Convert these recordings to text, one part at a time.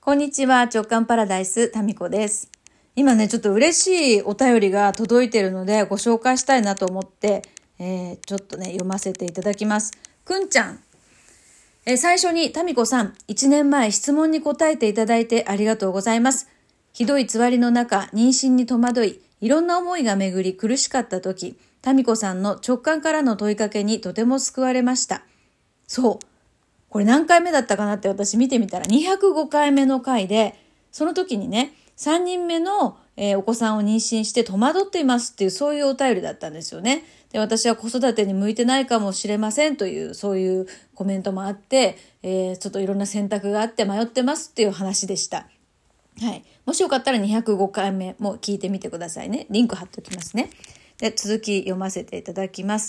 こんにちは、直感パラダイスタミコです。今ね、ちょっと嬉しいお便りが届いているのでご紹介したいなと思って、ちょっとね読ませていただきます。くんちゃん、最初にタミコさん、1年前質問に答えていただいてありがとうございます。ひどいつわりの中、妊娠に戸惑い、いろんな思いが巡り苦しかった時、タミコさんの直感からの問いかけにとても救われました。そう。これ何回目だったかなって私見てみたら205回目の回で、その時にね、3人目のお子さんを妊娠して戸惑っていますっていうそういうお便りだったんですよね。で、私は子育てに向いてないかもしれませんというそういうコメントもあって、ちょっといろんな選択があって迷ってますっていう話でした。はい。もしよかったら205回目も聞いてみてくださいね。リンク貼っておきますね。で、続き読ませていただきます。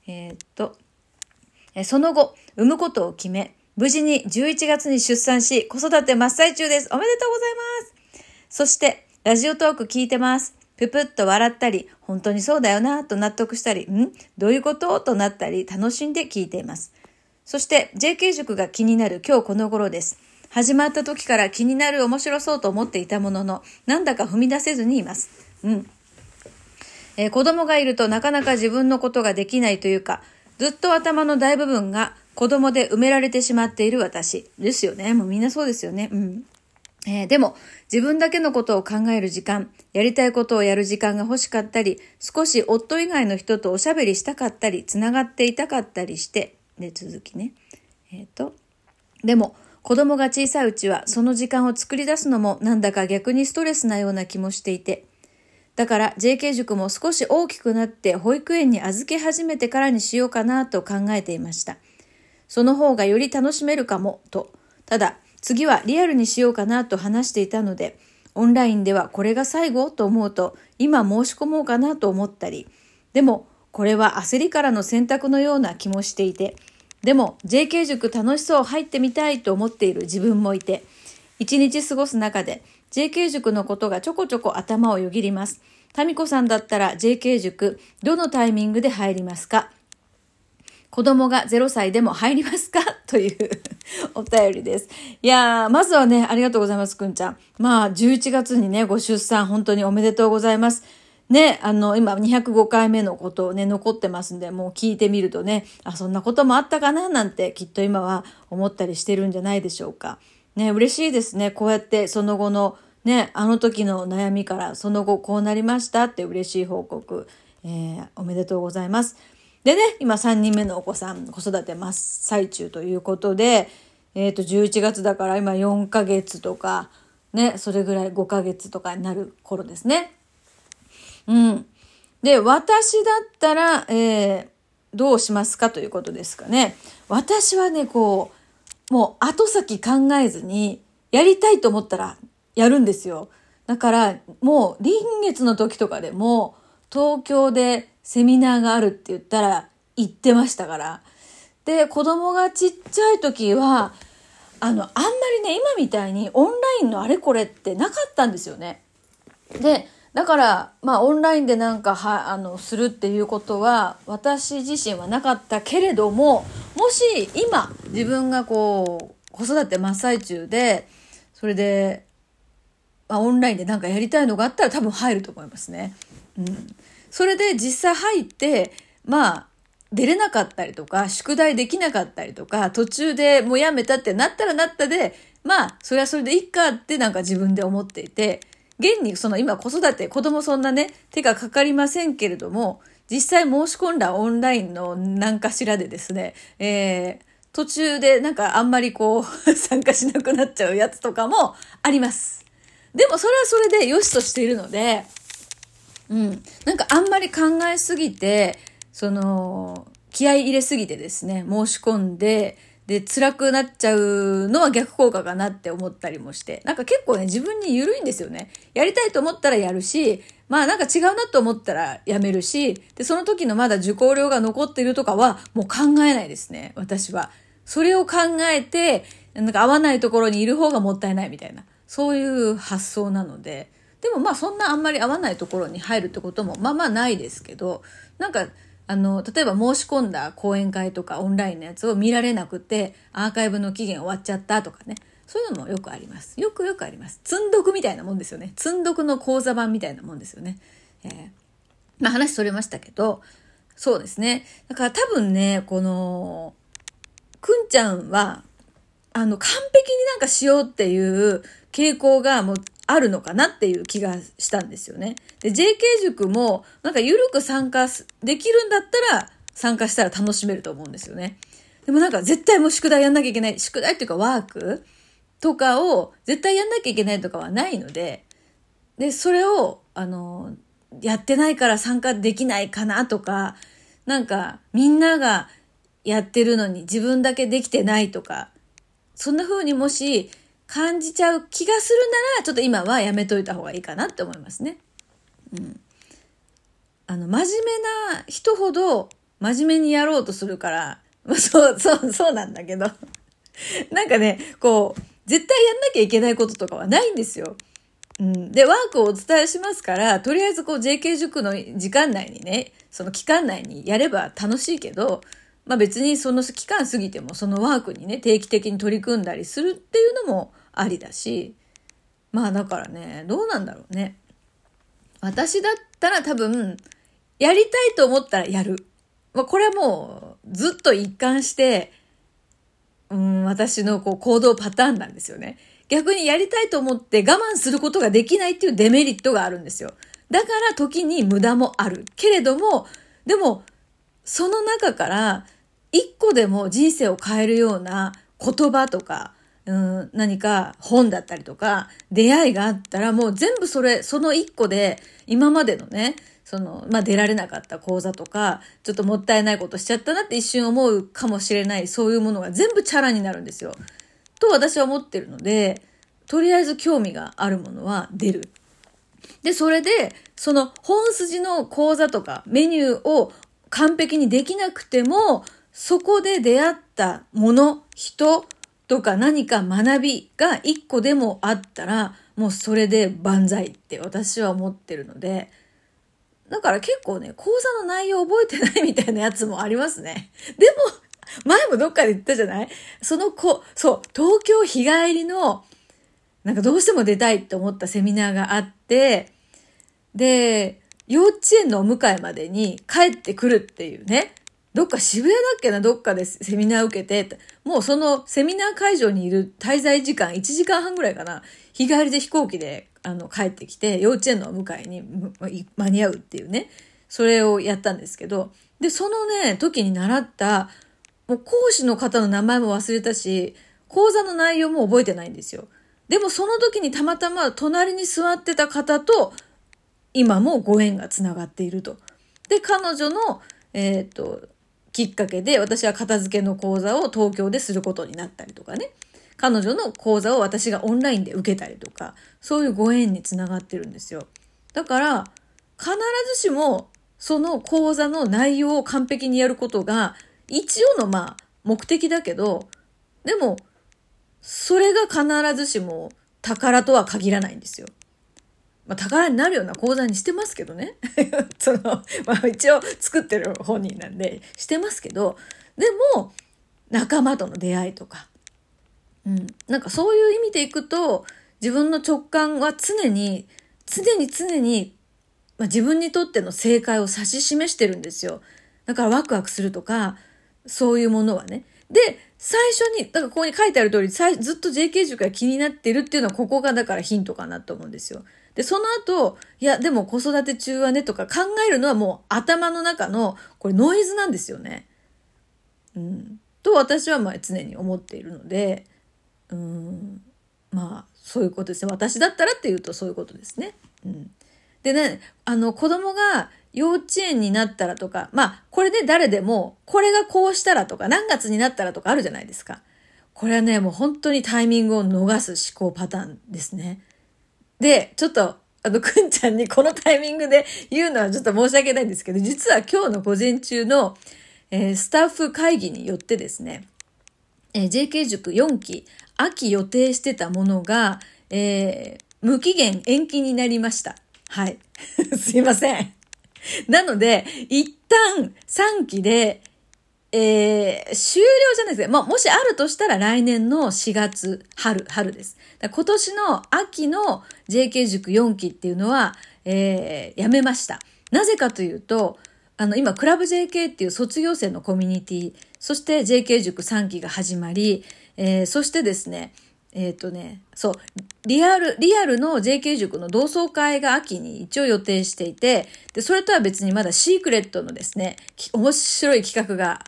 その後、産むことを決め、無事に11月に出産し、子育て真っ最中です。おめでとうございます。そして、ラジオトーク聞いてます。ぷぷっと笑ったり、本当にそうだよなと納得したり、どういうこととなったり、楽しんで聞いています。そして、JK 塾が気になる今日この頃です。始まった時から気になる面白そうと思っていたものの、なんだか踏み出せずにいます。子供がいるとなかなか自分のことができないというか、ずっと頭の大部分が子供で埋められてしまっている私ですよね。もうみんなそうですよね。でも自分だけのことを考える時間、やりたいことをやる時間が欲しかったり、少し夫以外の人とおしゃべりしたかったり、つながっていたかったりして、で続きね。でも子供が小さいうちはその時間を作り出すのもなんだか逆にストレスなような気もしていて、だから JK 塾も少し大きくなって保育園に預け始めてからにしようかなと考えていました。その方がより楽しめるかもと。ただ次はリアルにしようかなと話していたので、オンラインではこれが最後と思うと今申し込もうかなと思ったり、でもこれは焦りからの選択のような気もしていて、でも JK 塾楽しそう入ってみたいと思っている自分もいて、一日過ごす中でJK 塾のことがちょこちょこ頭をよぎります。タミコさんだったら JK 塾どのタイミングで入りますか？子供が0歳でも入りますかというお便りです。いやー、まずはね、ありがとうございます、くんちゃん。11月にね、ご出産本当におめでとうございます。ね、今205回目のことをね、残ってますんで、もう聞いてみるとね、そんなこともあったかななんてきっと今は思ったりしてるんじゃないでしょうか。ね、嬉しいですね。こうやってその後のね、あの時の悩みからその後こうなりましたって嬉しい報告、おめでとうございます。でね、今3人目のお子さん、子育て真っ最中ということで、11月だから今4ヶ月とか、ね、それぐらい5ヶ月とかになる頃ですね。で、私だったら、どうしますかということですかね。私はね、もう後先考えずに、やりたいと思ったらやるんですよ。だから、もう臨月の時とかでも、東京でセミナーがあるって言ったら行ってましたから。で、子供がちっちゃい時は、あんまりね、今みたいにオンラインのあれこれってなかったんですよね。で、だから、オンラインでするっていうことは、私自身はなかったけれども、もし今、自分が子育て真っ最中で、それで、オンラインでなんかやりたいのがあったら多分入ると思いますね。それで実際入って、出れなかったりとか、宿題できなかったりとか、途中でもうやめたってなったらなったで、それはそれでいいかってなんか自分で思っていて、現に今子育て、子供そんなね、手がかかりませんけれども、実際申し込んだオンラインの何かしらでですね、途中でなんかあんまり参加しなくなっちゃうやつとかもあります。でもそれはそれで良しとしているので、なんかあんまり考えすぎて、気合い入れすぎてですね、申し込んで、で、辛くなっちゃうのは逆効果かなって思ったりもして、なんか結構ね、自分に緩いんですよね。やりたいと思ったらやるし、なんか違うなと思ったらやめるし、で、その時のまだ受講料が残っているとかはもう考えないですね、私は。それを考えて、なんか合わないところにいる方がもったいないみたいな、そういう発想なので、でもそんなあんまり合わないところに入るってこともないですけど、なんか、例えば申し込んだ講演会とかオンラインのやつを見られなくて、アーカイブの期限終わっちゃったとかね。 そういうのもよくあります。よくあります。積んどくみたいなもんですよね。積んどくの講座版みたいなもんですよね。話それましたけど、そうですね。だから多分ね、くんちゃんは、完璧になんかしようっていう傾向がもうあるのかなっていう気がしたんですよね。で、JK 塾もなんか緩く参加できるんだったら参加したら楽しめると思うんですよね。でもなんか絶対もう宿題やんなきゃいけない。宿題っていうかワークとかを絶対やんなきゃいけないとかはないので、で、それを、やってないから参加できないかなとか、なんかみんながやってるのに自分だけできてないとか、そんな風にもし感じちゃう気がするなら、ちょっと今はやめといた方がいいかなって思いますね。真面目な人ほど真面目にやろうとするから、そうなんだけど。なんかね、絶対やんなきゃいけないこととかはないんですよ。で、ワークをお伝えしますから、とりあえずJK 塾の時間内にね、その期間内にやれば楽しいけど、別にその期間過ぎてもそのワークにね、定期的に取り組んだりするっていうのもありだし、だからね、どうなんだろうね。私だったら多分、やりたいと思ったらやる。これはもうずっと一貫して、私の行動パターンなんですよね。逆にやりたいと思って我慢することができないっていうデメリットがあるんですよ。だから時に無駄もある。けれども、でも、その中から一個でも人生を変えるような言葉とか、何か本だったりとか出会いがあったらもう全部その一個で今までのね、出られなかった講座とか、ちょっともったいないことしちゃったなって一瞬思うかもしれない、そういうものが全部チャラになるんですよ。と私は思ってるので、とりあえず興味があるものは出る。で、それで、その本筋の講座とかメニューを完璧にできなくても、そこで出会ったもの、人とか何か学びが一個でもあったら、もうそれで万歳って私は思ってるので、だから結構ね、講座の内容覚えてないみたいなやつもありますね。でも、前もどっかで言ったじゃない？東京日帰りの、なんかどうしても出たいって思ったセミナーがあって、で、幼稚園のお迎えまでに帰ってくるっていうね、どっか渋谷だっけな、どっかでセミナー受けて、もうそのセミナー会場にいる滞在時間1時間半ぐらいかな、日帰りで飛行機で帰ってきて、幼稚園のお迎えに間に合うっていうね、それをやったんですけど、で、そのね、時に習った、もう講師の方の名前も忘れたし、講座の内容も覚えてないんですよ。でもその時にたまたま隣に座ってた方と、今もご縁がつながっていると。で、彼女の、きっかけで私は片付けの講座を東京ですることになったりとかね。彼女の講座を私がオンラインで受けたりとか、そういうご縁につながってるんですよ。だから、必ずしもその講座の内容を完璧にやることが一応の目的だけど、でも、それが必ずしも宝とは限らないんですよ。宝になるような講座にしてますけどね。一応作ってる本人なんでしてますけど、でも仲間との出会いとか、なんかそういう意味でいくと、自分の直感は常に、自分にとっての正解を指し示してるんですよ。だからワクワクするとか、そういうものはね。で、最初に、だからここに書いてある通り、ずっと JK 塾が気になってるっていうのは、ここがだからヒントかなと思うんですよ。で、その後、でも子育て中はねとか考えるのはもう頭の中の、これノイズなんですよね。と私は常に思っているので、そういうことですね。私だったらっていうとそういうことですね。でね、子供が幼稚園になったらとか、これで誰でも、これがこうしたらとか、何月になったらとかあるじゃないですか。これはね、もう本当にタイミングを逃す思考パターンですね。で、ちょっと、くんちゃんにこのタイミングで言うのはちょっと申し訳ないんですけど、実は今日の午前中の、スタッフ会議によってですね、JK 塾4期、秋予定してたものが、無期限延期になりました。はい。すいません。なので、一旦3期で終了じゃないですけど、もしあるとしたら来年の4月、春です。今年の秋の JK 塾4期っていうのは、やめました。なぜかというと、今、クラブ JK っていう卒業生のコミュニティ、そして JK 塾3期が始まり、そしてですね、そう、リアルの JK 塾の同窓会が秋に一応予定していて、で、それとは別にまだシークレットのですね、面白い企画が、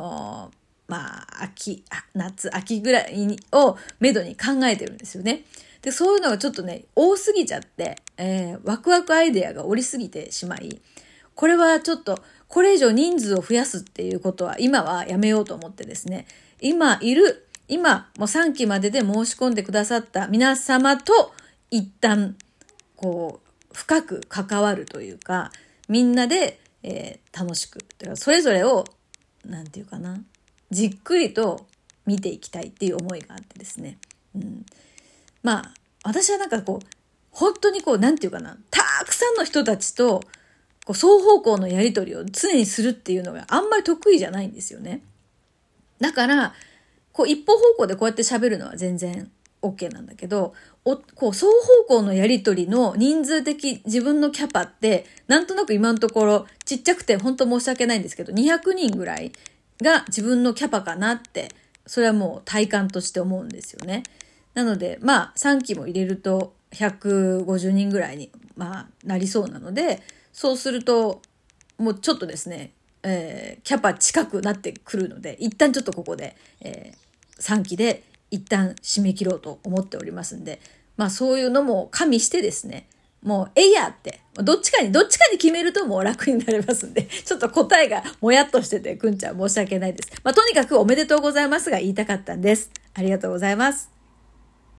秋ぐらいをめどに考えてるんですよね。で、そういうのがちょっとね、多すぎちゃって、ワクワクアイデアがおりすぎてしまい、これはちょっと、これ以上人数を増やすっていうことは今はやめようと思ってですね、今もう3期までで申し込んでくださった皆様と一旦深く関わるというか、みんなで、楽しく、それぞれをなんていうかな、じっくりと見ていきたいっていう思いがあってですね、私は本当になんていうかな、たくさんの人たちと双方向のやり取りを常にするっていうのがあんまり得意じゃないんですよね。だから一方方向でこうやって喋るのは全然 OK なんだけど、双方向のやり取りの人数的自分のキャパってなんとなく今のところちっちゃくて本当申し訳ないんですけど、200人ぐらいが自分のキャパかなって、それはもう体感として思うんですよね。なので3期も入れると150人ぐらいになりそうなので、そうするともうちょっとですね、キャパ近くなってくるので、一旦ちょっとここで、3期で一旦締め切ろうと思っておりますんで、そういうのも加味してですね、もうやってどっちかに決めるともう楽になりますんで、ちょっと答えがもやっとしててくんちゃん申し訳ないです。とにかくおめでとうございますが言いたかったんです。ありがとうございます。